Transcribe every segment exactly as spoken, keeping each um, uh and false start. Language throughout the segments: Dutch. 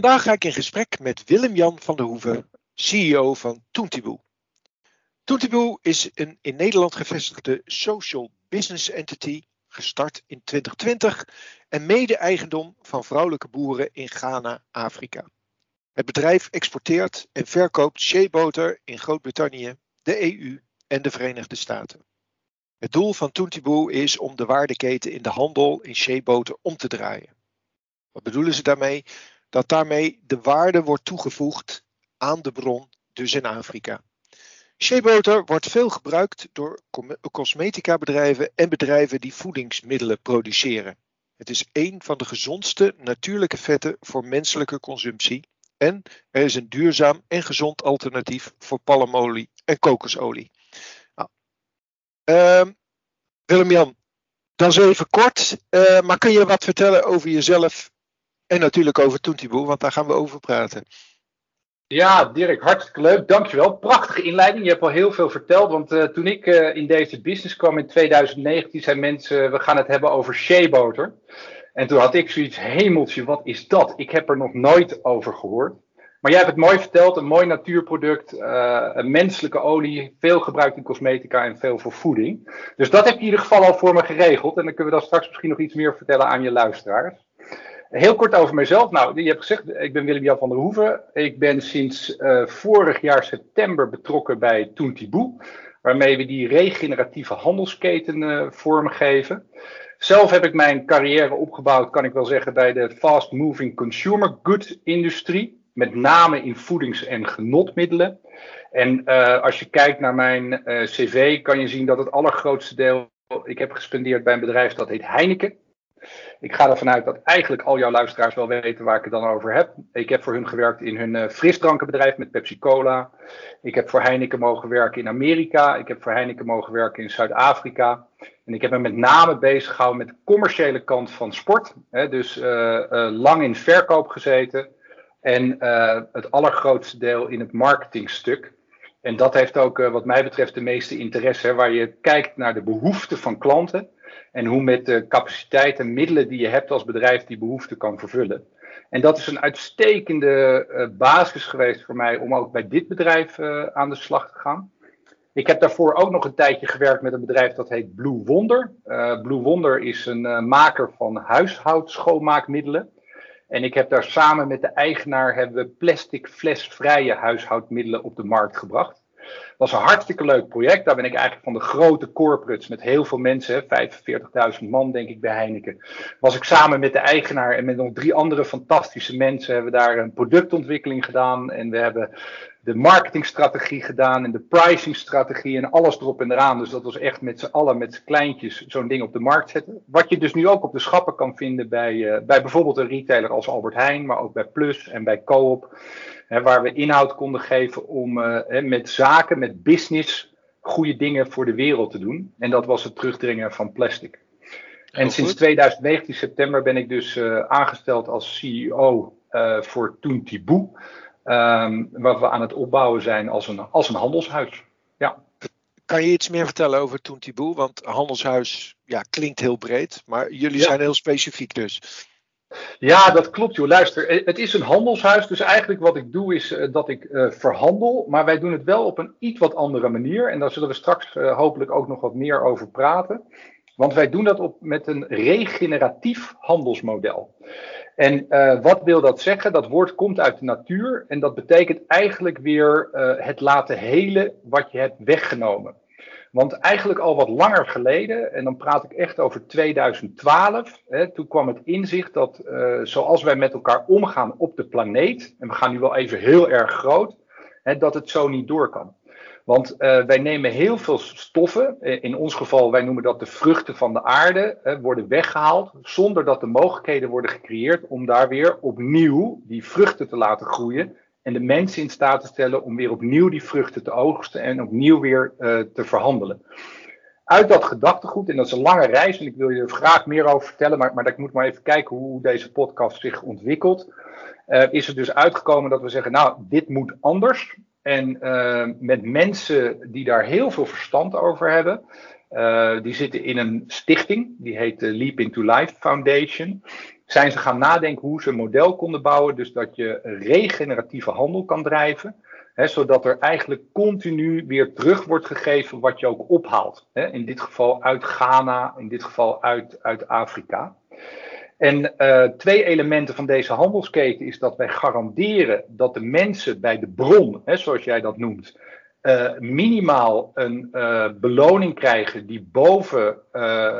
Vandaag ga ik in gesprek met Willem-Jan van der Hoeven, C E O van Toontiboe. Toontiboe is een in Nederland gevestigde social business entity, gestart in twintig twintig en mede-eigendom van vrouwelijke boeren in Ghana, Afrika. Het bedrijf exporteert en verkoopt sheaboter in Groot-Brittannië, de E U en de Verenigde Staten. Het doel van Toontiboe is om de waardeketen in de handel in sheaboter om te draaien. Wat bedoelen ze daarmee? Dat daarmee de waarde wordt toegevoegd aan de bron, dus in Afrika. Sheaboter wordt veel gebruikt door cosmetica bedrijven en bedrijven die voedingsmiddelen produceren. Het is een van de gezondste natuurlijke vetten voor menselijke consumptie. En er is een duurzaam en gezond alternatief voor palmolie en kokosolie. Nou, uh, Willem-Jan, dat is even kort, uh, maar kun je wat vertellen over jezelf en natuurlijk over Toontiboe, want daar gaan we over praten. Ja, Dirk, hartstikke leuk. Dankjewel. Prachtige inleiding. Je hebt al heel veel verteld. Want uh, toen ik uh, in deze business kwam in twintig negentien, zijn mensen, we gaan het hebben over sheaboter. En toen had ik zoiets, hemeltje, wat is dat? Ik heb er nog nooit over gehoord. Maar jij hebt het mooi verteld, een mooi natuurproduct, uh, een menselijke olie, veel gebruikt in cosmetica en veel voor voeding. Dus dat heb je in ieder geval al voor me geregeld. En dan kunnen we dan straks misschien nog iets meer vertellen aan je luisteraars. Heel kort over mezelf. Nou, je hebt gezegd, ik ben Willem-Jan van der Hoeven. Ik ben sinds uh, vorig jaar september betrokken bij Toontiboe, waarmee we die regeneratieve handelsketen uh, vormgeven. Zelf heb ik mijn carrière opgebouwd, kan ik wel zeggen, bij de fast moving consumer good industrie. Met name in voedings- en genotmiddelen. En uh, als je kijkt naar mijn uh, cv, kan je zien dat het allergrootste deel ik heb gespendeerd bij een bedrijf dat heet Heineken. Ik ga ervan uit dat eigenlijk al jouw luisteraars wel weten waar ik het dan over heb. Ik heb voor hun gewerkt in hun uh, frisdrankenbedrijf met Pepsi Cola. Ik heb voor Heineken mogen werken in Amerika. Ik heb voor Heineken mogen werken in Zuid-Afrika. En ik heb me met name bezig gehouden met de commerciële kant van sport. Hè, dus uh, uh, lang in verkoop gezeten. En uh, het allergrootste deel in het marketingstuk. En dat heeft ook uh, wat mij betreft de meeste interesse. Hè, waar je kijkt naar de behoeften van klanten. En hoe met de capaciteit en middelen die je hebt als bedrijf die behoefte kan vervullen. En dat is een uitstekende uh, basis geweest voor mij om ook bij dit bedrijf uh, aan de slag te gaan. Ik heb daarvoor ook nog een tijdje gewerkt met een bedrijf dat heet Blue Wonder. Uh, Blue Wonder is een uh, maker van huishoudschoonmaakmiddelen. En ik heb daar samen met de eigenaar hebben we plastic flesvrije huishoudmiddelen op de markt gebracht. Dat was een hartstikke leuk project. Daar ben ik eigenlijk van de grote corporates met heel veel mensen, vijfenveertigduizend man denk ik bij Heineken. Was ik samen met de eigenaar en met nog drie andere fantastische mensen hebben we daar een productontwikkeling gedaan. En we hebben de marketingstrategie gedaan en de pricingstrategie en alles erop en eraan. Dus dat was echt met z'n allen, met z'n kleintjes, zo'n ding op de markt zetten. Wat je dus nu ook op de schappen kan vinden bij, uh, bij bijvoorbeeld een retailer als Albert Heijn, maar ook bij Plus en bij Coop. Hè, waar we inhoud konden geven om uh, hè, met zaken, met business, goede dingen voor de wereld te doen. En dat was het terugdringen van plastic. En Heel sinds goed. twintig negentien september ben ik dus uh, aangesteld als C E O uh, voor Toontiboe. Um, wat we aan het opbouwen zijn als een, als een handelshuis. Ja. Kan je iets meer vertellen over Toontiboe? Want handelshuis ja, klinkt heel breed, maar jullie Ja. zijn heel specifiek dus. Ja, dat klopt joh. Luister, het is een handelshuis. Dus eigenlijk wat ik doe is uh, dat ik uh, verhandel. Maar wij doen het wel op een iets wat andere manier. En daar zullen we straks uh, hopelijk ook nog wat meer over praten. Want wij doen dat op, met een regeneratief handelsmodel. En uh, wat wil dat zeggen? Dat woord komt uit de natuur. En dat betekent eigenlijk weer uh, het laten helen wat je hebt weggenomen. Want eigenlijk al wat langer geleden, en dan praat ik echt over tweeduizend twaalf, hè, toen kwam het inzicht dat uh, zoals wij met elkaar omgaan op de planeet, en we gaan nu wel even heel erg groot, hè, dat het zo niet door kan. Want uh, wij nemen heel veel stoffen, in ons geval wij noemen dat de vruchten van de aarde, hè, worden weggehaald zonder dat de mogelijkheden worden gecreëerd om daar weer opnieuw die vruchten te laten groeien. En de mensen in staat te stellen om weer opnieuw die vruchten te oogsten en opnieuw weer uh, te verhandelen. Uit dat gedachtegoed, en dat is een lange reis en ik wil je er graag meer over vertellen, maar, maar ik moet maar even kijken hoe deze podcast zich ontwikkelt. Uh, is er dus uitgekomen dat we zeggen, nou, dit moet anders. En uh, met mensen die daar heel veel verstand over hebben, uh, die zitten in een stichting, die heet de Leap into Life Foundation. zijn ze gaan nadenken hoe ze een model konden bouwen, dus dat je regeneratieve handel kan drijven. He, zodat er eigenlijk continu weer terug wordt gegeven wat je ook ophaalt. He, in dit geval uit Ghana, in dit geval uit, uit Afrika. En uh, twee elementen van deze handelsketen is dat wij garanderen dat de mensen bij de bron, he, zoals jij dat noemt, uh, minimaal een uh, beloning krijgen die boven uh,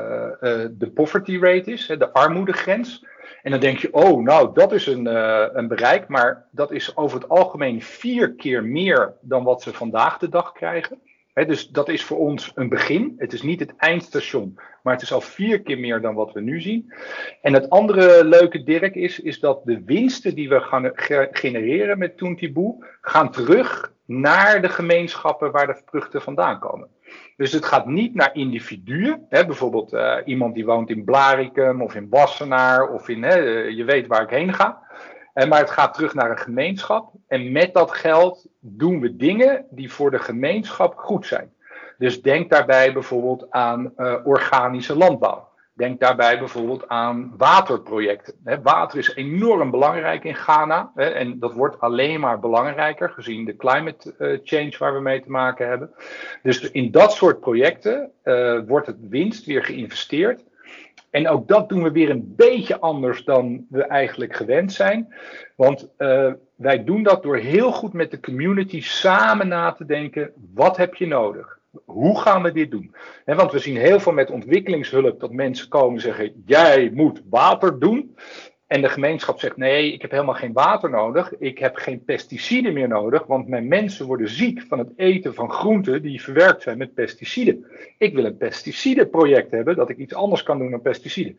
uh, de poverty rate is, he, de armoedegrens. En dan denk je, oh, nou, dat is een, uh, een bereik, maar dat is over het algemeen vier keer meer dan wat ze vandaag de dag krijgen. He, dus dat is voor ons een begin. Het is niet het eindstation, maar het is al vier keer meer dan wat we nu zien. En het andere leuke, Dirk, is, is dat de winsten die we gaan genereren met Toontiboe gaan terug naar de gemeenschappen waar de vruchten vandaan komen. Dus het gaat niet naar individuen, hè, bijvoorbeeld uh, iemand die woont in Blaricum of in Wassenaar of in, hè, je weet waar ik heen ga. Uh, maar het gaat terug naar een gemeenschap en met dat geld doen we dingen die voor de gemeenschap goed zijn. Dus denk daarbij bijvoorbeeld aan uh, organische landbouw. Denk daarbij bijvoorbeeld aan waterprojecten. He, water is enorm belangrijk in Ghana. He, en dat wordt alleen maar belangrijker gezien de climate uh, change waar we mee te maken hebben. Dus in dat soort projecten uh, wordt het winst weer geïnvesteerd. En ook dat doen we weer een beetje anders dan we eigenlijk gewend zijn. Want uh, wij doen dat door heel goed met de community samen na te denken. Wat heb je nodig? Hoe gaan we dit doen? He, want we zien heel veel met ontwikkelingshulp dat mensen komen en zeggen, jij moet water doen. En de gemeenschap zegt, nee, ik heb helemaal geen water nodig. Ik heb geen pesticiden meer nodig, want mijn mensen worden ziek van het eten van groenten die verwerkt zijn met pesticiden. Ik wil een pesticidenproject hebben, dat ik iets anders kan doen dan pesticiden.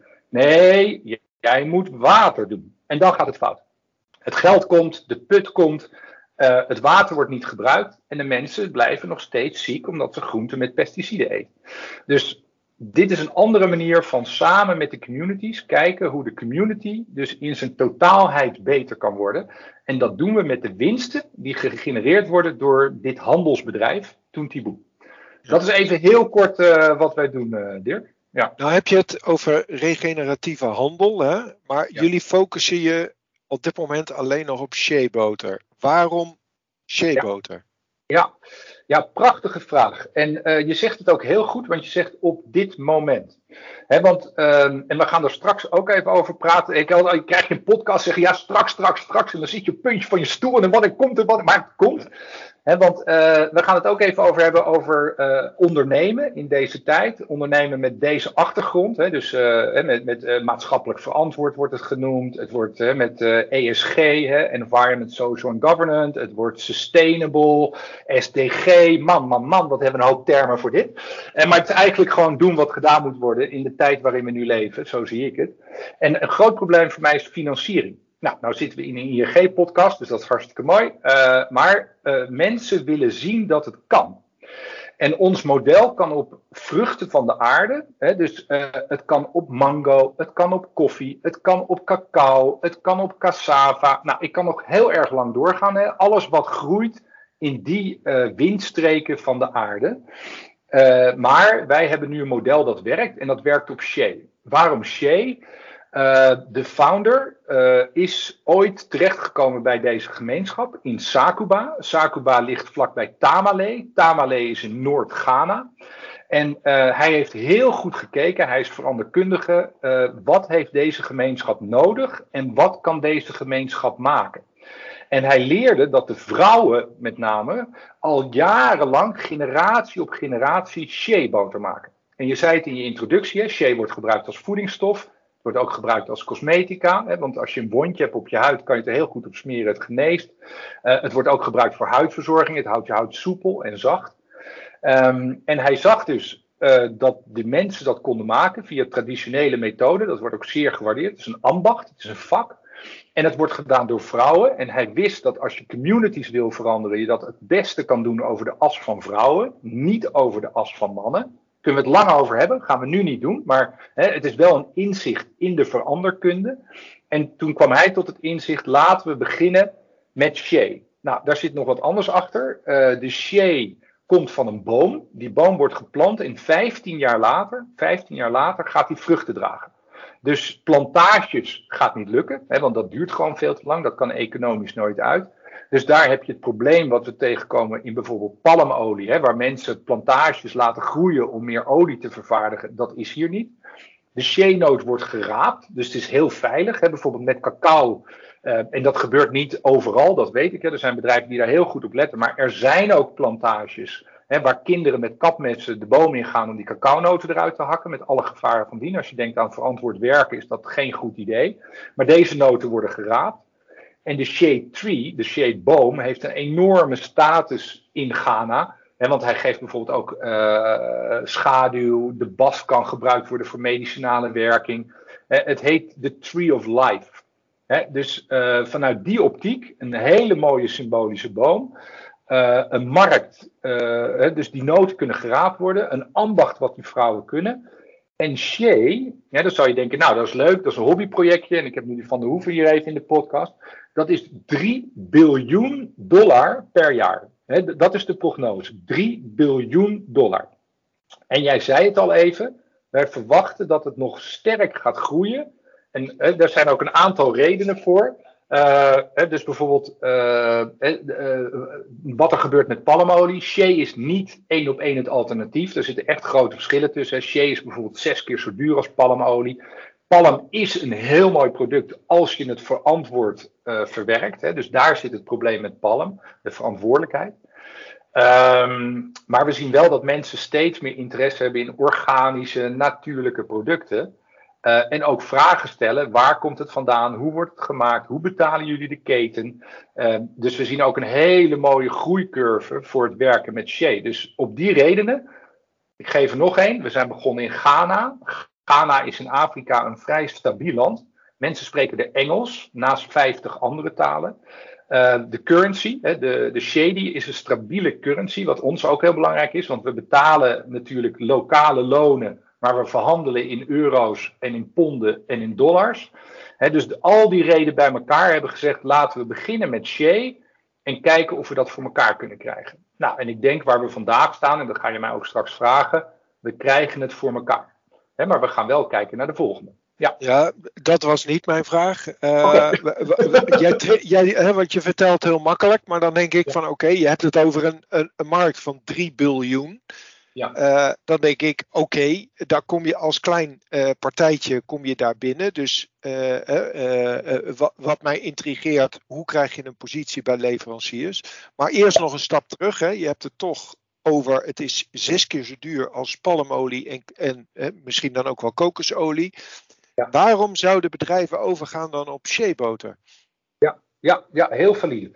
Nee, jij moet water doen. En dan gaat het fout. Het geld komt, de put komt. Uh, het water wordt niet gebruikt en de mensen blijven nog steeds ziek omdat ze groenten met pesticiden eten. Dus dit is een andere manier van samen met de communities kijken hoe de community dus in zijn totaalheid beter kan worden. En dat doen we met de winsten die gegenereerd worden door dit handelsbedrijf, Toontiboe. Ja. Dat is even heel kort uh, wat wij doen, uh, Dirk. Ja. Nou heb je het over regeneratieve handel, hè? Maar ja. Jullie focussen je op dit moment alleen nog op shea-boter. Waarom shea-boter? Ja. ja, ja, prachtige vraag. En uh, je zegt het ook heel goed, want je zegt op dit moment. He, want, uh, en we gaan er straks ook even over praten. Ik, ik krijg je een podcast zeggen, ja, straks, straks, straks. En dan zit je op het puntje van je stoel en wanneer komt het, maar het komt. He, want uh, we gaan het ook even over hebben over uh, ondernemen in deze tijd. Ondernemen met deze achtergrond. He, dus uh, met, met uh, maatschappelijk verantwoord wordt het genoemd. Het wordt uh, met uh, E S G, he, Environment, Social and Governance. Het wordt Sustainable, S D G. Man, man, man, wat hebben we een hoop termen voor dit. Uh, maar het is eigenlijk gewoon doen wat gedaan moet worden in de tijd waarin we nu leven. Zo zie ik het. En een groot probleem voor mij is financiering. Nou, nou zitten we in een I N G-podcast, dus dat is hartstikke mooi. Uh, maar uh, mensen willen zien dat het kan. En ons model kan op vruchten van de aarde. Hè, dus uh, het kan op mango, het kan op koffie, het kan op cacao, het kan op cassava. Nou, ik kan nog heel erg lang doorgaan. Hè. Alles wat groeit in die uh, windstreken van de aarde. Uh, maar wij hebben nu een model dat werkt en dat werkt op shea. Waarom shea? Uh, de founder uh, is ooit terechtgekomen bij deze gemeenschap in Sakuba. Sakuba ligt vlakbij Tamale. Tamale is in Noord-Ghana. En uh, hij heeft heel goed gekeken, hij is veranderkundige. Uh, wat heeft deze gemeenschap nodig en wat kan deze gemeenschap maken? En hij leerde dat de vrouwen met name al jarenlang generatie op generatie shea-boter maken. En je zei het in je introductie, hè, shea wordt gebruikt als voedingsstof. Het wordt ook gebruikt als cosmetica, hè, want als je een wondje hebt op je huid, kan je het er heel goed op smeren, het geneest. Uh, het wordt ook gebruikt voor huidverzorging, het houdt je huid soepel en zacht. Um, en hij zag dus uh, dat de mensen dat konden maken via traditionele methoden, dat wordt ook zeer gewaardeerd. Het is een ambacht, het is een vak. En het wordt gedaan door vrouwen. En hij wist dat als je communities wil veranderen, je dat het beste kan doen over de as van vrouwen, niet over de as van mannen. Kunnen we het lang over hebben, gaan we nu niet doen. Maar hè, het is wel een inzicht in de veranderkunde. En toen kwam hij tot het inzicht, laten we beginnen met shea. Nou, daar zit nog wat anders achter. Uh, de shea komt van een boom. Die boom wordt geplant en vijftien jaar later, vijftien jaar later gaat die vruchten dragen. Dus plantages gaat niet lukken, hè, want dat duurt gewoon veel te lang. Dat kan economisch nooit uit. Dus daar heb je het probleem wat we tegenkomen in bijvoorbeeld palmolie, hè, waar mensen plantages laten groeien om meer olie te vervaardigen. Dat is hier niet. De shea-noot wordt geraapt, dus het is heel veilig. Hè, bijvoorbeeld met cacao. Uh, en dat gebeurt niet overal, dat weet ik. Hè. Er zijn bedrijven die daar heel goed op letten. Maar er zijn ook plantages hè, waar kinderen met kapmessen de boom in gaan om die cacaonoten eruit te hakken. Met alle gevaren van dien. Als je denkt aan verantwoord werken is dat geen goed idee. Maar deze noten worden geraapt. En de shea tree, de shea boom, heeft een enorme status in Ghana. Hè, want hij geeft bijvoorbeeld ook uh, schaduw. De bast kan gebruikt worden voor medicinale werking. Uh, het heet de Tree of Life. He, dus uh, vanuit die optiek een hele mooie symbolische boom. Uh, een markt, uh, he, dus die noten kunnen geraapt worden. Een ambacht wat die vrouwen kunnen. En shea, ja, dan zou je denken, nou dat is leuk, dat is een hobbyprojectje. En ik heb nu Van der Hoeven hier even in de podcast. Dat is drie biljoen dollar per jaar. He, dat is de prognose, drie biljoen dollar. En jij zei het al even, wij verwachten dat het nog sterk gaat groeien. En eh, daar zijn ook een aantal redenen voor. Uh, eh, dus bijvoorbeeld uh, eh, uh, wat er gebeurt met palmolie. Shea is niet één op één het alternatief. Er zitten echt grote verschillen tussen. Shea is bijvoorbeeld zes keer zo duur als palmolie. Palm is een heel mooi product als je het verantwoord uh, verwerkt. Hè. Dus daar zit het probleem met palm, de verantwoordelijkheid. Um, maar we zien wel dat mensen steeds meer interesse hebben in organische, natuurlijke producten. Uh, en ook vragen stellen, waar komt het vandaan, hoe wordt het gemaakt, hoe betalen jullie de keten. Uh, dus we zien ook een hele mooie groeicurve voor het werken met shea. Dus op die redenen, ik geef er nog één, we zijn begonnen in Ghana. Ghana is in Afrika een vrij stabiel land. Mensen spreken de Engels, naast vijftig andere talen. Uh, de currency, hè, de, de shea is een stabiele currency, wat ons ook heel belangrijk is. Want we betalen natuurlijk lokale lonen, maar we verhandelen in euro's en in ponden en in dollars. He, dus de, al die redenen bij elkaar hebben gezegd, laten we beginnen met shea en kijken of we dat voor elkaar kunnen krijgen. Nou, en ik denk waar we vandaag staan, en dat ga je mij ook straks vragen, we krijgen het voor elkaar. He, maar we gaan wel kijken naar de volgende. Ja, ja dat was niet mijn vraag. Uh, okay. jij, jij, hè, want je vertelt heel makkelijk, maar dan denk ik ja. van oké, okay, je hebt het over een, een, een markt van drie biljoen. Ja. Uh, dan denk ik, oké, okay, daar kom je als klein uh, partijtje kom je daar binnen. Dus uh, uh, uh, wat, wat mij intrigeert, hoe krijg je een positie bij leveranciers? Maar eerst nog een stap terug. Hè. Je hebt het toch over, het is zes keer zo duur als palmolie en, en uh, misschien dan ook wel kokosolie. Ja. Waarom zouden bedrijven overgaan dan op sheaboter? Ja. Ja, ja, heel valide.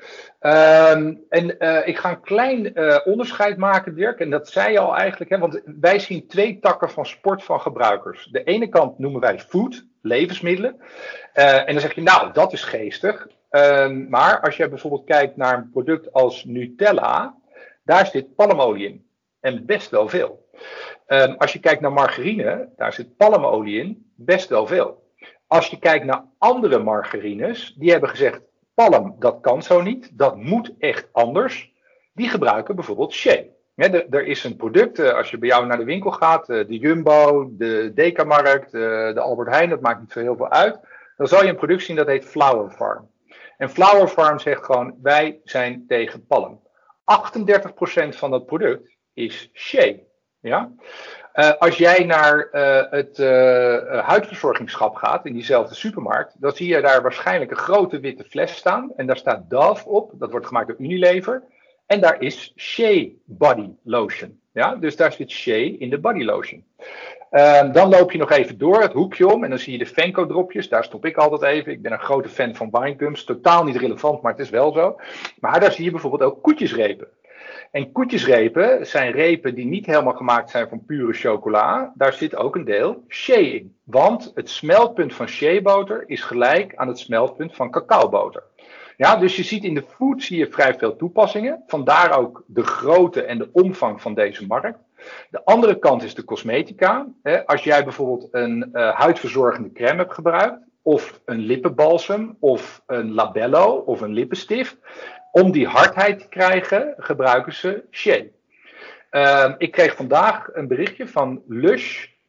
Um, en uh, ik ga een klein uh, onderscheid maken, Dirk. En dat zei je al eigenlijk. Hè, want wij zien twee takken van sport van gebruikers. De ene kant noemen wij food, levensmiddelen. Uh, en dan zeg je, nou, dat is geestig. Um, maar als je bijvoorbeeld kijkt naar een product als Nutella, daar zit palmolie in. En best wel veel. Um, als je kijkt naar margarine, daar zit palmolie in. Best wel veel. Als je kijkt naar andere margarines, die hebben gezegd, palm, dat kan zo niet. Dat moet echt anders. Die gebruiken bijvoorbeeld shea. Ja, de, er is een product, uh, als je bij jou naar de winkel gaat, uh, de Jumbo, de Dekamarkt, uh, de Albert Heijn, dat maakt niet zo heel veel uit. Dan zal je een product zien dat heet Flower Farm. En Flower Farm zegt gewoon, wij zijn tegen palm. achtendertig procent van dat product is shea. Ja? Uh, als jij naar uh, het uh, huidverzorgingsschap gaat, in diezelfde supermarkt, dan zie je daar waarschijnlijk een grote witte fles staan. En daar staat Dove op, dat wordt gemaakt door Unilever. En daar is shea body lotion. Ja? Dus daar zit shea in de body lotion. Uh, dan loop je nog even door het hoekje om en dan zie je de Venco dropjes. Daar stop ik altijd even. Ik ben een grote fan van winegums. Totaal niet relevant, maar het is wel zo. Maar daar zie je bijvoorbeeld ook koetjesrepen. En koetjesrepen zijn repen die niet helemaal gemaakt zijn van pure chocola. Daar zit ook een deel shea in. Want het smeltpunt van sheaboter is gelijk aan het smeltpunt van cacaoboter. Ja, dus je ziet in de food zie je vrij veel toepassingen. Vandaar ook de grootte en de omvang van deze markt. De andere kant is de cosmetica. Als jij bijvoorbeeld een uh, huidverzorgende crème hebt gebruikt, of een lippenbalsem, of een labello, of een lippenstift. Om die hardheid te krijgen, gebruiken ze shea. Uh, ik kreeg vandaag een berichtje van Lush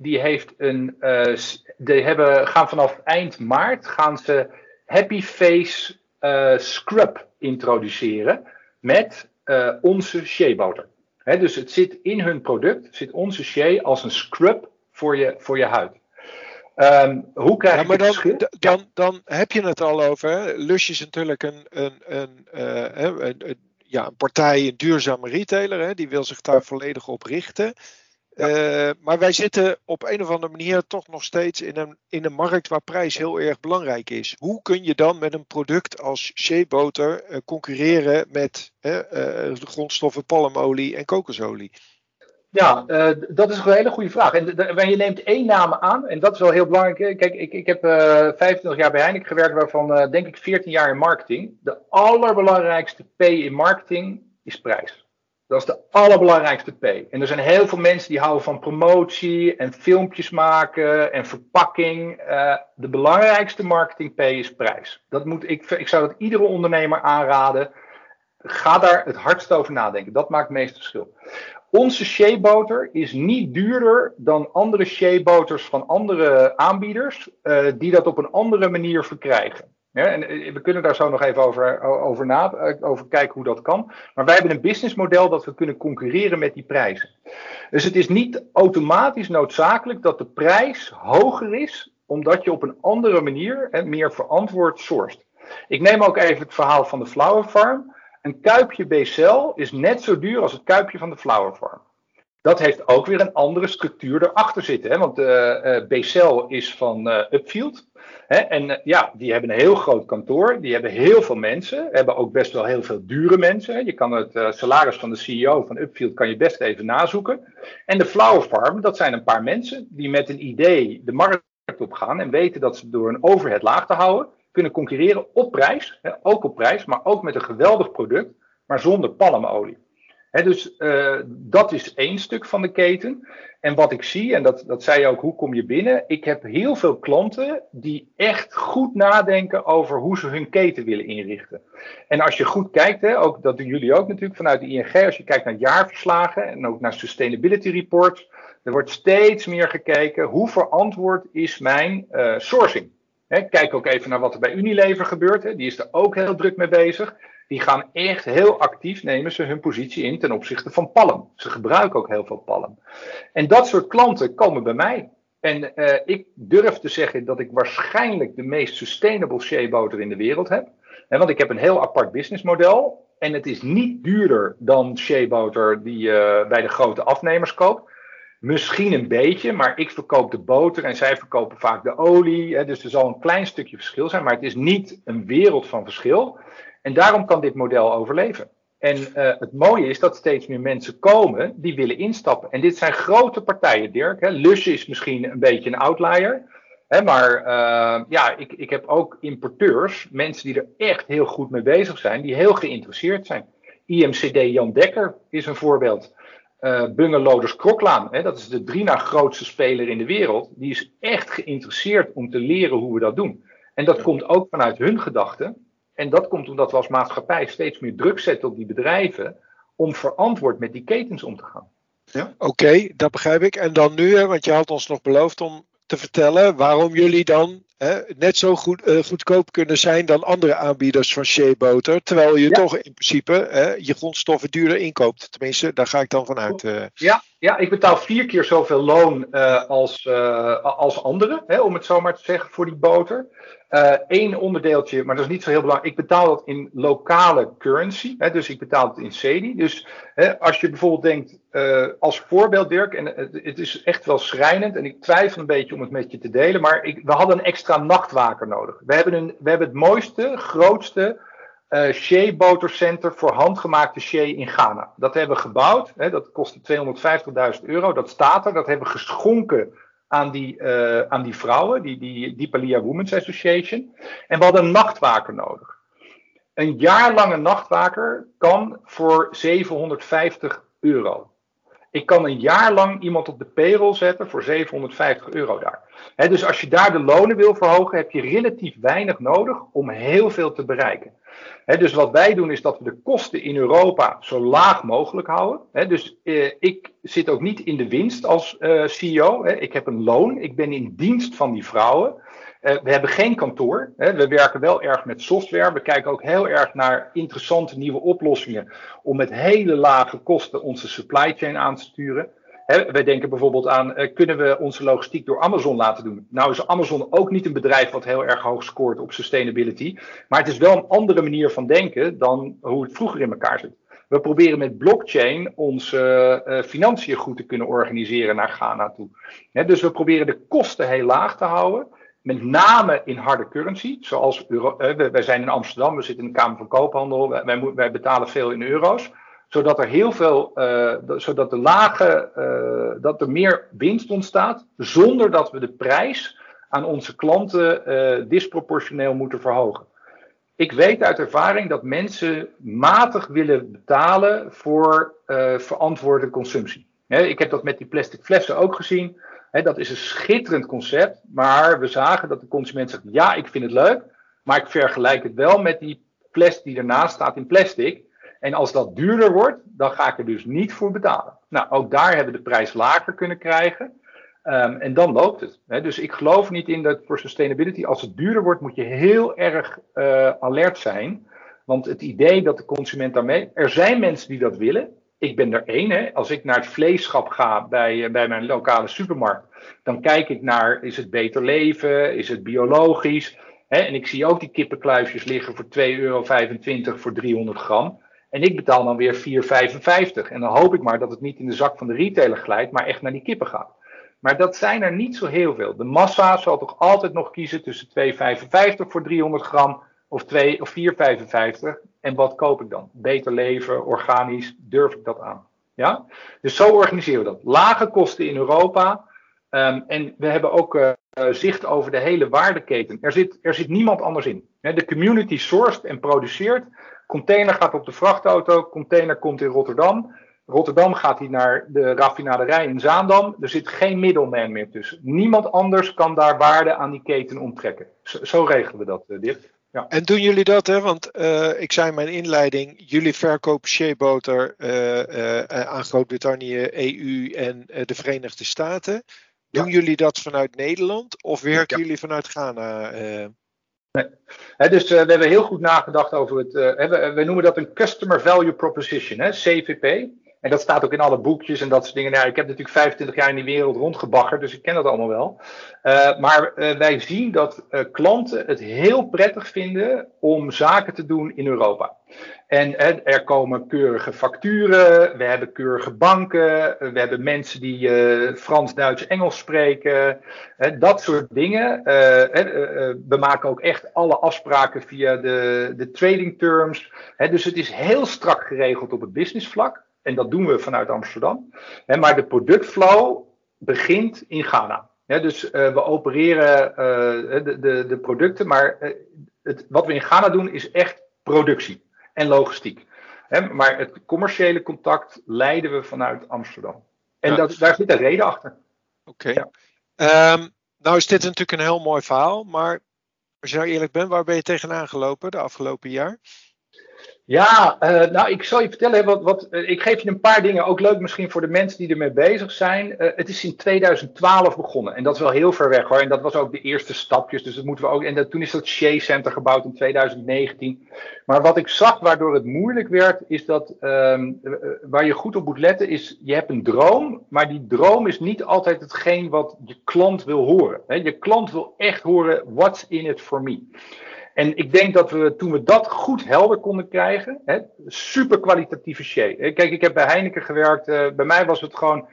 die heeft een, uh, die hebben, gaan vanaf eind maart gaan ze Happy Face uh, Scrub introduceren met uh, onze sheaboter. He, dus het zit in hun product, zit onze shea als een scrub voor je, voor je huid. Um, hoe krijg ja, je maar het dan, verschil? d- dan, ja. dan heb je het al over. Hè? Lush is natuurlijk een, een, een, uh, een, een, ja, een partij, een duurzame retailer. Hè? Die wil zich daar volledig op richten. Ja. Uh, maar wij zitten op een of andere manier toch nog steeds in een, in een markt waar prijs heel erg belangrijk is. Hoe kun je dan met een product als sheaboter uh, concurreren met uh, uh, de grondstoffen palmolie en kokosolie? Ja, uh, dat is een hele goede vraag. En de, de, je neemt één naam aan, en dat is wel heel belangrijk. Kijk, ik, ik heb uh, vijfentwintig jaar bij Heineken gewerkt, waarvan uh, denk ik veertien jaar in marketing. De allerbelangrijkste P in marketing is prijs. Dat is de allerbelangrijkste P. En er zijn heel veel mensen die houden van promotie en filmpjes maken en verpakking. Uh, de belangrijkste marketing P is prijs. Dat moet ik, ik zou dat iedere ondernemer aanraden. Ga daar het hardst over nadenken. Dat maakt het meeste verschil. Onze sheaboter is niet duurder dan andere sheaboters van andere aanbieders uh, die dat op een andere manier verkrijgen. Ja, en we kunnen daar zo nog even over, over, na, over kijken hoe dat kan. Maar wij hebben een businessmodel dat we kunnen concurreren met die prijzen. Dus het is niet automatisch noodzakelijk dat de prijs hoger is, omdat je op een andere manier hè, meer verantwoord sourced. Ik neem ook even het verhaal van de Flower Farm. Een kuipje Becel is net zo duur als het kuipje van de Flower Farm. Dat heeft ook weer een andere structuur erachter zitten. Hè? Want uh, uh, Becel is van uh, Upfield. Hè? En uh, ja, die hebben een heel groot kantoor. Die hebben heel veel mensen. Hebben ook best wel heel veel dure mensen. Hè? Je kan het uh, salaris van de C E O van Upfield kan je best even nazoeken. En de Flower Farm, dat zijn een paar mensen die met een idee de markt op gaan. En weten dat ze door een overhead laag te houden kunnen concurreren op prijs, hè, ook op prijs, maar ook met een geweldig product, maar zonder palmolie. Hè, dus uh, dat is één stuk van de keten. En wat ik zie, en dat, dat zei je ook, hoe kom je binnen? Ik heb heel veel klanten die echt goed nadenken over hoe ze hun keten willen inrichten. En als je goed kijkt, hè, ook, dat doen jullie ook natuurlijk vanuit de I N G, als je kijkt naar jaarverslagen en ook naar sustainability reports, er wordt steeds meer gekeken, hoe verantwoord is mijn uh, sourcing? He, kijk ook even naar wat er bij Unilever gebeurt. He. Die is er ook heel druk mee bezig. Die gaan echt heel actief nemen ze hun positie in ten opzichte van palm. Ze gebruiken ook heel veel palm. En dat soort klanten komen bij mij. En uh, ik durf te zeggen dat ik waarschijnlijk de meest sustainable sheaboter in de wereld heb. He, want ik heb een heel apart businessmodel. En het is niet duurder dan sheaboter die je uh, bij de grote afnemers koopt. Misschien een beetje, maar ik verkoop de boter en zij verkopen vaak de olie. Hè, dus er zal een klein stukje verschil zijn, maar het is niet een wereld van verschil. En daarom kan dit model overleven. En uh, het mooie is dat steeds meer mensen komen die willen instappen. En dit zijn grote partijen, Dirk. Hè. Lush is misschien een beetje een outlier. Hè, maar uh, ja, ik, ik heb ook importeurs, mensen die er echt heel goed mee bezig zijn, die heel geïnteresseerd zijn. I M C D Jan Dekker is een voorbeeld. Uh, Bungeloders Kroklaan, hè, dat is de drie na grootste speler in de wereld, die is echt geïnteresseerd om te leren hoe we dat doen. En dat ja. komt ook vanuit hun gedachten. En dat komt omdat we als maatschappij steeds meer druk zetten op die bedrijven om verantwoord met die ketens om te gaan. Ja? Oké, okay, dat begrijp ik. En dan nu, hè, want je had ons nog beloofd om te vertellen waarom jullie dan hè, net zo goed, uh, goedkoop kunnen zijn dan andere aanbieders van sheaboter, terwijl je ja. toch in principe hè, je grondstoffen duurder inkoopt. Tenminste, daar ga ik dan vanuit. Uh. Ja, ja, ik betaal vier keer zoveel loon uh, als, uh, als anderen, hè, om het zo maar te zeggen, voor die boter. Eén uh, onderdeeltje, maar dat is niet zo heel belangrijk. Ik betaal dat in lokale currency, hè, dus ik betaal het in C E D I. Dus hè, als je bijvoorbeeld denkt, uh, als voorbeeld Dirk, en het, het is echt wel schrijnend en ik twijfel een beetje om het met je te delen, maar ik, we hadden een extra nachtwaker nodig. We hebben, een, we hebben het mooiste, grootste uh, sheabotercenter voor handgemaakte shea in Ghana. Dat hebben we gebouwd, hè, dat kostte tweehonderdvijftigduizend euro, dat staat er, dat hebben we geschonken aan die, uh, aan die vrouwen, die, die Dipalia Women's Association. En we hadden een nachtwaker nodig. Een jaar lange nachtwaker kan voor zevenhonderdvijftig euro. Ik kan een jaar lang iemand op de payroll zetten voor zevenhonderdvijftig euro daar. He, dus als je daar de lonen wil verhogen, heb je relatief weinig nodig om heel veel te bereiken. He, dus wat wij doen is dat we de kosten in Europa zo laag mogelijk houden. He, dus eh, ik zit ook niet in de winst als uh, C E O. He, ik heb een loon, ik ben in dienst van die vrouwen. Uh, we hebben geen kantoor. Hè. We werken wel erg met software. We kijken ook heel erg naar interessante nieuwe oplossingen om met hele lage kosten onze supply chain aan te sturen. Hè, wij denken bijvoorbeeld aan, uh, kunnen we onze logistiek door Amazon laten doen? Nou is Amazon ook niet een bedrijf wat heel erg hoog scoort op sustainability. Maar het is wel een andere manier van denken dan hoe het vroeger in elkaar zit. We proberen met blockchain onze uh, financiën goed te kunnen organiseren naar Ghana toe. Hè, dus we proberen de kosten heel laag te houden. Met name in harde currency, zoals euro, eh, wij zijn in Amsterdam, we zitten in de Kamer van Koophandel, wij, wij betalen veel in euro's, zodat er heel veel, uh, zodat de lage, uh, dat er meer winst ontstaat, zonder dat we de prijs aan onze klanten uh, disproportioneel moeten verhogen. Ik weet uit ervaring dat mensen matig willen betalen voor uh, verantwoorde consumptie. He, ik heb dat met die plastic flessen ook gezien. He, dat is een schitterend concept, maar we zagen dat de consument zegt, ja, ik vind het leuk, maar ik vergelijk het wel met die fles die ernaast staat in plastic. En als dat duurder wordt, dan ga ik er dus niet voor betalen. Nou, ook daar hebben we de prijs lager kunnen krijgen. Um, en dan loopt het. He, dus ik geloof niet in dat voor sustainability, als het duurder wordt, moet je heel erg uh, alert zijn. Want het idee dat de consument daarmee, er zijn mensen die dat willen. Ik ben er één. Hè. Als ik naar het vleesschap ga bij, bij mijn lokale supermarkt, dan kijk ik naar, is het beter leven, is het biologisch? Hè. En ik zie ook die kippenkluifjes liggen voor twee euro vijfentwintig voor driehonderd gram. En ik betaal dan weer vier euro vijfenvijftig. En dan hoop ik maar dat het niet in de zak van de retailer glijdt, maar echt naar die kippen gaat. Maar dat zijn er niet zo heel veel. De massa zal toch altijd nog kiezen tussen twee euro vijfenvijftig voor driehonderd gram of, twee, of vier euro vijfenvijftig. En wat koop ik dan? Beter leven, organisch, durf ik dat aan? Ja? Dus zo organiseren we dat. Lage kosten in Europa. Um, en we hebben ook uh, zicht over de hele waardeketen. Er zit, er zit niemand anders in. De community sourced en produceert. Container gaat op de vrachtauto. Container komt in Rotterdam. Rotterdam gaat hij naar de raffinaderij in Zaandam. Er zit geen middleman meer tussen. Niemand anders kan daar waarde aan die keten onttrekken. Zo, zo regelen we dat, uh, Dirk. Ja. En doen jullie dat, hè? Want uh, ik zei in mijn inleiding, jullie verkopen shea butter uh, uh, aan Groot-Brittannië, E U en uh, de Verenigde Staten. Doen ja. jullie dat vanuit Nederland of werken ja. jullie vanuit Ghana? Uh... Nee. He, dus uh, we hebben heel goed nagedacht over het, uh, we, we noemen dat een Customer Value Proposition, hè, C V P. En dat staat ook in alle boekjes en dat soort dingen. Nou, ik heb natuurlijk vijfentwintig jaar in die wereld rondgebaggerd, dus ik ken dat allemaal wel. Uh, maar uh, wij zien dat uh, klanten het heel prettig vinden om zaken te doen in Europa. En uh, er komen keurige facturen, we hebben keurige banken, uh, we hebben mensen die uh, Frans, Duits, Engels spreken. Uh, dat soort dingen. Uh, uh, uh, we maken ook echt alle afspraken via de, de trading terms. Uh, dus het is heel strak geregeld op het businessvlak. En dat doen we vanuit Amsterdam. He, maar de productflow begint in Ghana. He, dus uh, we opereren uh, de, de, de producten. Maar uh, het, wat we in Ghana doen is echt productie en logistiek. He, maar het commerciële contact leiden we vanuit Amsterdam. En ja. dat, daar zit een reden achter. Oké. Okay. Ja. Um, nou is dit natuurlijk een heel mooi verhaal. Maar als je nou eerlijk bent, waar ben je tegenaan gelopen de afgelopen jaar? Ja, uh, nou ik zal je vertellen, wat, wat, uh, ik geef je een paar dingen, ook leuk misschien voor de mensen die ermee bezig zijn. Uh, het is in tweeduizend twaalf begonnen en dat is wel heel ver weg hoor. En dat was ook de eerste stapjes, dus dat moeten we ook. En dat, toen is dat Shea Center gebouwd in tweeduizend negentien. Maar wat ik zag waardoor het moeilijk werd, is dat um, uh, waar je goed op moet letten is, je hebt een droom, maar die droom is niet altijd hetgeen wat je klant wil horen. Hè? Je klant wil echt horen, what's in it for me? En ik denk dat we, toen we dat goed helder konden krijgen, hè, super kwalitatieve shea. Kijk, ik heb bij Heineken gewerkt, uh, bij mij was het gewoon,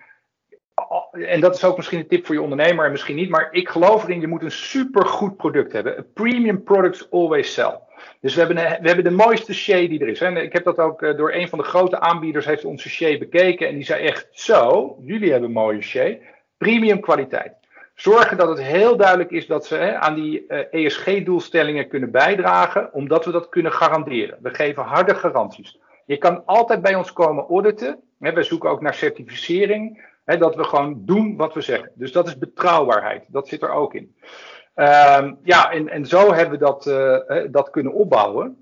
en dat is ook misschien een tip voor je ondernemer en misschien niet, maar ik geloof erin, je moet een super goed product hebben. Premium products always sell. Dus we hebben, een, we hebben de mooiste shea die er is. Hè. Ik heb dat ook uh, door een van de grote aanbieders, heeft onze shea bekeken en die zei echt, zo, jullie hebben mooie shea, premium kwaliteit. Zorgen dat het heel duidelijk is dat ze hè, aan die uh, E S G-doelstellingen kunnen bijdragen, omdat we dat kunnen garanderen. We geven harde garanties. Je kan altijd bij ons komen auditen Hè, we zoeken ook naar certificering. Hè, dat we gewoon doen wat we zeggen. Dus dat is betrouwbaarheid. Dat zit er ook in. Uh, ja, en, en zo hebben we dat, uh, dat kunnen opbouwen.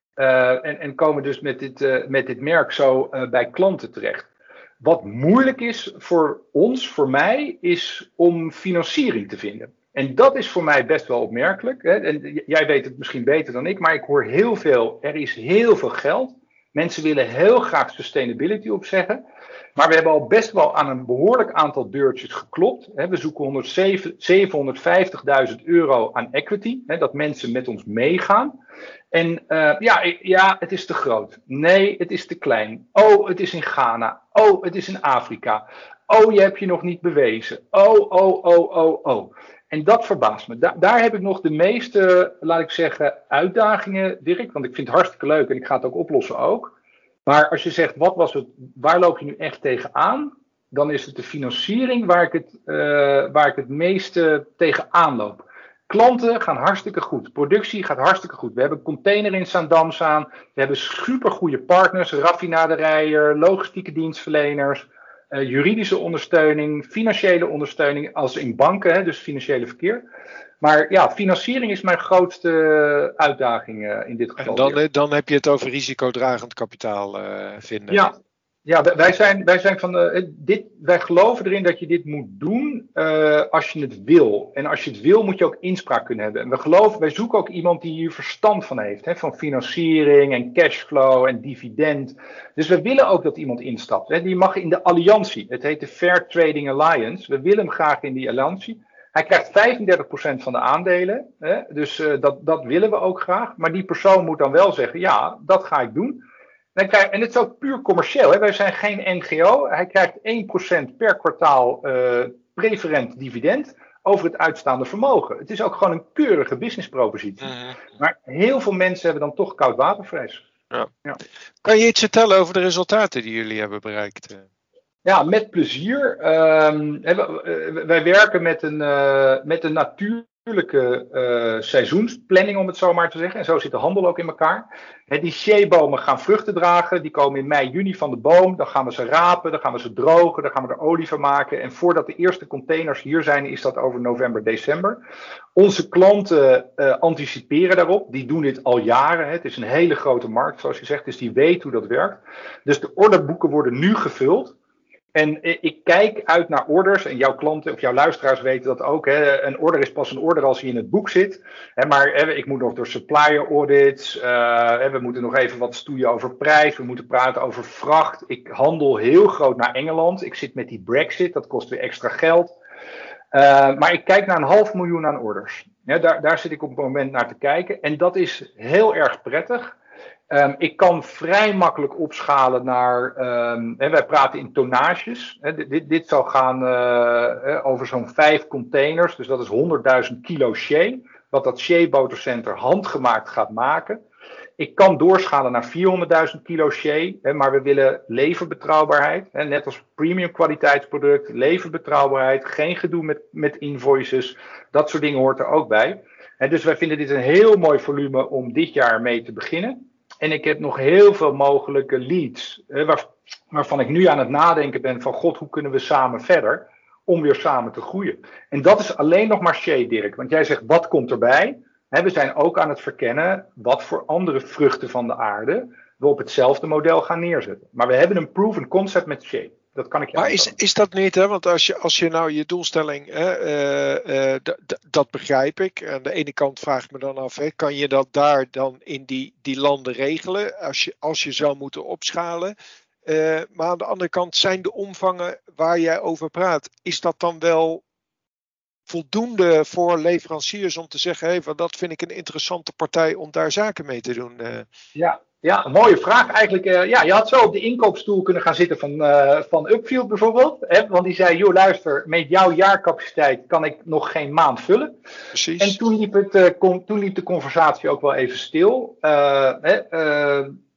Uh, en, en komen dus met dit, uh, met dit merk zo uh, bij klanten terecht. Wat moeilijk is voor ons, voor mij, is om financiering te vinden. En dat is voor mij best wel opmerkelijk. Hè? En jij weet het misschien beter dan ik, maar ik hoor heel veel, er is heel veel geld. Mensen willen heel graag sustainability opzeggen. Maar we hebben al best wel aan een behoorlijk aantal deurtjes geklopt. We zoeken zevenhonderdvijftigduizend euro aan equity. Dat mensen met ons meegaan. En uh, ja, ja, het is te groot. Nee, het is te klein. Oh, het is in Ghana. Oh, het is in Afrika. Oh, je hebt je nog niet bewezen. Oh, oh, oh, oh, oh. En dat verbaast me. Da- daar heb ik nog de meeste, laat ik zeggen, uitdagingen, Dirk. Want ik vind het hartstikke leuk en ik ga het ook oplossen ook. Maar als je zegt, wat was het, waar loop je nu echt tegenaan? Dan is het de financiering waar ik het, uh, waar ik het meeste tegenaan loop. Klanten gaan hartstikke goed. Productie gaat hartstikke goed. We hebben een container in Zaandam staan. We hebben supergoeie partners, raffinaderijen, logistieke dienstverleners, uh, juridische ondersteuning, financiële ondersteuning als in banken, hè, dus financiële verkeer. Maar ja, financiering is mijn grootste uitdaging uh, in dit geval. En dan, dan heb je het over risicodragend kapitaal uh, vinden. Ja, ja wij, zijn, wij zijn van de, dit, wij geloven erin dat je dit moet doen uh, als je het wil. En als je het wil, moet je ook inspraak kunnen hebben. En we geloven, wij zoeken ook iemand die hier verstand van heeft. Hè, van financiering en cashflow en dividend. Dus we willen ook dat iemand instapt. Hè. Die mag in de alliantie. Het heet de Fair Trading Alliance. We willen hem graag in die alliantie. Hij krijgt vijfendertig procent van de aandelen, hè? Dus uh, dat, dat willen we ook graag. Maar die persoon moet dan wel zeggen, ja, dat ga ik doen. En, krijg, en het is ook puur commercieel, hè? Wij zijn geen N G O. Hij krijgt één procent per kwartaal uh, preferent dividend over het uitstaande vermogen. Het is ook gewoon een keurige businesspropositie. Uh-huh. Maar heel veel mensen hebben dan toch koudwatervrees. Ja. Ja. Kan je iets vertellen over de resultaten die jullie hebben bereikt? Ja, met plezier. Um, wij werken met een, uh, met een natuurlijke uh, seizoensplanning, om het zo maar te zeggen. En zo zit de handel ook in elkaar. He, die sheebomen gaan vruchten dragen. Die komen in mei, juni van de boom. Dan gaan we ze rapen, dan gaan we ze drogen, dan gaan we er olie van maken. En voordat de eerste containers hier zijn, is dat over november, december. Onze klanten uh, anticiperen daarop. Die doen dit al jaren. Hè. Het is een hele grote markt, zoals je zegt. Dus die weet hoe dat werkt. Dus de orderboeken worden nu gevuld. En ik kijk uit naar orders, en jouw klanten of jouw luisteraars weten dat ook. Hè. Een order is pas een order als hij in het boek zit. Hè, maar hè, ik moet nog door supplier audits, uh, hè, we moeten nog even wat stoeien over prijs, we moeten praten over vracht. Ik handel heel groot naar Engeland, ik zit met die Brexit, dat kost weer extra geld. Uh, maar ik kijk naar een half miljoen aan orders. Ja, daar, daar zit ik op het moment naar te kijken en dat is heel erg prettig. Um, ik kan vrij makkelijk opschalen naar, um, hè, wij praten in tonnages. Hè, dit, dit zal gaan uh, over zo'n vijf containers, dus dat is honderdduizend kilo shea, wat dat Shea Botercenter handgemaakt gaat maken. Ik kan doorschalen naar vierhonderdduizend kilo shea, hè, maar we willen leverbetrouwbaarheid. Hè, net als premium kwaliteitsproduct, leverbetrouwbaarheid, geen gedoe met, met invoices, dat soort dingen hoort er ook bij. Hè, dus wij vinden dit een heel mooi volume om dit jaar mee te beginnen. En ik heb nog heel veel mogelijke leads, hè, waar, waarvan ik nu aan het nadenken ben van god, hoe kunnen we samen verder om weer samen te groeien. En dat is alleen nog maar shea, Dirk. Want jij zegt, wat komt erbij? Hè, we zijn ook aan het verkennen wat voor andere vruchten van de aarde we op hetzelfde model gaan neerzetten. Maar we hebben een proven concept met shea. Dat kan ik je maar is, is dat niet, hè? Want als je, als je nou je doelstelling, hè, uh, uh, d- d- dat begrijp ik. Aan de ene kant vraag ik me dan af, hè, kan je dat daar dan in die, die landen regelen als je, als je zou moeten opschalen? Uh, maar aan de andere kant zijn de omvangen waar jij over praat, is dat dan wel voldoende voor leveranciers om te zeggen, hey, van dat vind ik een interessante partij om daar zaken mee te doen? Uh. Ja. Ja, een mooie vraag. Eigenlijk, uh, ja, je had zo op de inkoopstoel kunnen gaan zitten van, uh, van Upfield bijvoorbeeld. Hè? Want die zei, joh luister, met jouw jaarcapaciteit kan ik nog geen maand vullen. Precies. En toen liep, het, uh, kon, toen liep de conversatie ook wel even stil. Uh, hè, uh,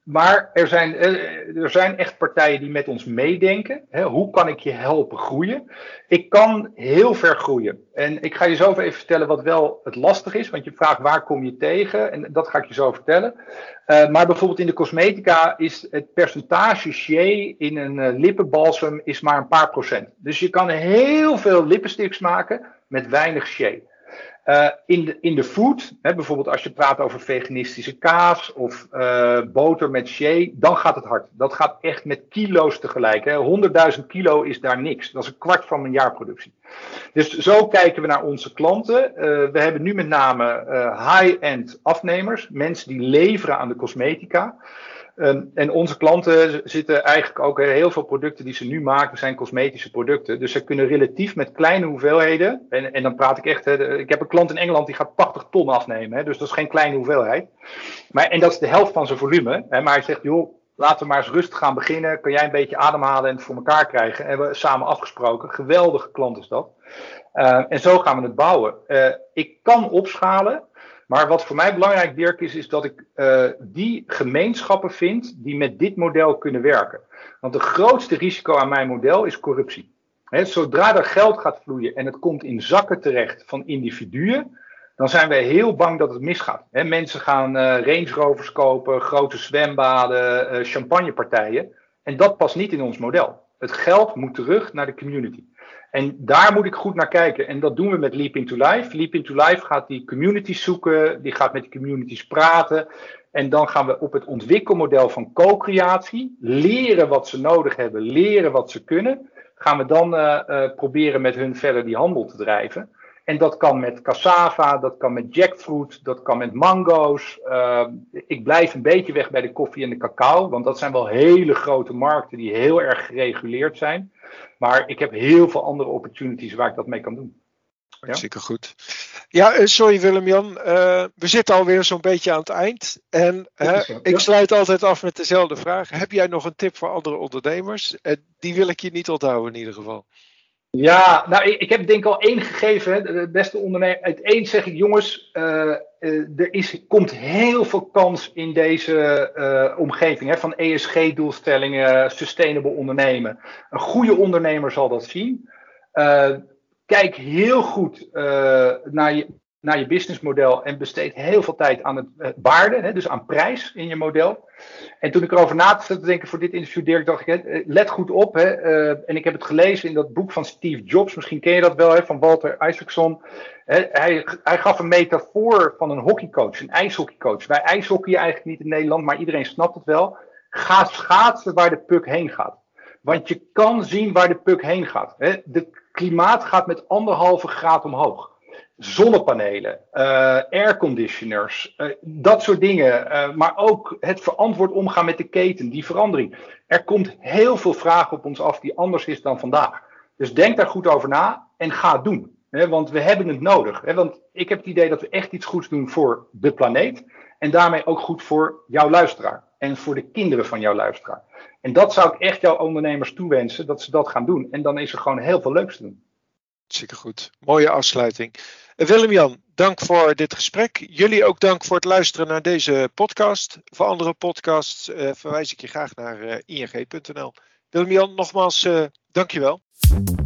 Maar er zijn, er zijn echt partijen die met ons meedenken. Hè, hoe kan ik je helpen groeien? Ik kan heel ver groeien. En ik ga je zo even vertellen wat wel het lastig is. Want je vraagt waar kom je tegen? En dat ga ik je zo vertellen. Uh, maar bijvoorbeeld in de cosmetica is het percentage shea in een uh, lippenbalsem is maar een paar procent. Dus je kan heel veel lippensticks maken met weinig shea. Uh, in, de, in de food, hè, bijvoorbeeld als je praat over veganistische kaas of uh, boter met shea, dan gaat het hard. Dat gaat echt met kilo's tegelijk. Hè. honderdduizend kilo is daar niks. Dat is een kwart van mijn jaarproductie. Dus zo kijken we naar onze klanten. Uh, we hebben nu met name uh, high-end afnemers, mensen die leveren aan de cosmetica. Um, en onze klanten zitten eigenlijk ook heel veel producten die ze nu maken zijn cosmetische producten. Dus ze kunnen relatief met kleine hoeveelheden, en, en dan praat ik echt, hè, ik heb een klant in Engeland die gaat tachtig ton afnemen, hè, dus dat is geen kleine hoeveelheid. Maar, en dat is de helft van zijn volume. Hè, maar hij zegt, joh, laten we maar eens rustig gaan beginnen. Kan jij een beetje ademhalen en het voor elkaar krijgen? En hebben we samen afgesproken. Geweldige klant is dat. Uh, en zo gaan we het bouwen. Uh, ik kan opschalen. Maar wat voor mij belangrijk, Dirk, is, is dat ik uh, die gemeenschappen vind die met dit model kunnen werken. Want het grootste risico aan mijn model is corruptie. He, zodra er geld gaat vloeien en het komt in zakken terecht van individuen, dan zijn we heel bang dat het misgaat. He, mensen gaan uh, Range Rovers kopen, grote zwembaden, uh, champagnepartijen. En dat past niet in ons model. Het geld moet terug naar de community. En daar moet ik goed naar kijken. En dat doen we met Leap into Life. Leap into Life gaat die communities zoeken. Die gaat met die communities praten. En dan gaan we op het ontwikkelmodel van co-creatie leren wat ze nodig hebben. Leren wat ze kunnen. Gaan we dan uh, uh, proberen met hun verder die handel te drijven. En dat kan met cassava, dat kan met jackfruit, dat kan met mango's. Uh, ik blijf een beetje weg bij de koffie en de cacao. Want dat zijn wel hele grote markten die heel erg gereguleerd zijn. Maar ik heb heel veel andere opportunities waar ik dat mee kan doen. Hartstikke ja? goed. Ja, sorry Willem-Jan. Uh, we zitten alweer zo'n beetje aan het eind. En uh, ja. ik sluit altijd af met dezelfde vraag. Heb jij nog een tip voor andere ondernemers? Uh, die wil ik je niet onthouden in ieder geval. Ja, nou ik, ik heb denk ik al één gegeven. Hè, de beste ondernemer. Het één zeg ik, jongens, uh, uh, er is, komt heel veel kans in deze uh, omgeving. Hè, van E S G-doelstellingen, sustainable ondernemen. Een goede ondernemer zal dat zien. Uh, kijk heel goed uh, naar je, naar je businessmodel en besteed heel veel tijd aan het uh, waarde, hè, dus aan prijs in je model. En toen ik erover na te denken voor dit interview, Dirk, dacht ik, hè, let goed op. Hè, uh, en ik heb het gelezen in dat boek van Steve Jobs, misschien ken je dat wel, hè, van Walter Isaacson. Hè, hij, hij gaf een metafoor van een hockeycoach, een ijshockeycoach. Wij ijshockey eigenlijk niet in Nederland, maar iedereen snapt het wel. Ga schaatsen waar de puck heen gaat. Want je kan zien waar de puck heen gaat. Hè. De klimaat gaat met anderhalve graad omhoog. Zonnepanelen, uh, airconditioners, uh, dat soort dingen. Uh, maar ook het verantwoord omgaan met de keten, die verandering. Er komt heel veel vragen op ons af die anders is dan vandaag. Dus denk daar goed over na en ga het doen. Hè, want we hebben het nodig. Hè, want ik heb het idee dat we echt iets goeds doen voor de planeet. En daarmee ook goed voor jouw luisteraar. En voor de kinderen van jouw luisteraar. En dat zou ik echt jouw ondernemers toewensen, dat ze dat gaan doen. En dan is er gewoon heel veel leuks te doen. Zeker goed. Mooie afsluiting. Willem-Jan, dank voor dit gesprek. Jullie ook dank voor het luisteren naar deze podcast. Voor andere podcasts uh, verwijs ik je graag naar uh, I N G punt N L. Willem-Jan, nogmaals uh, dank je wel.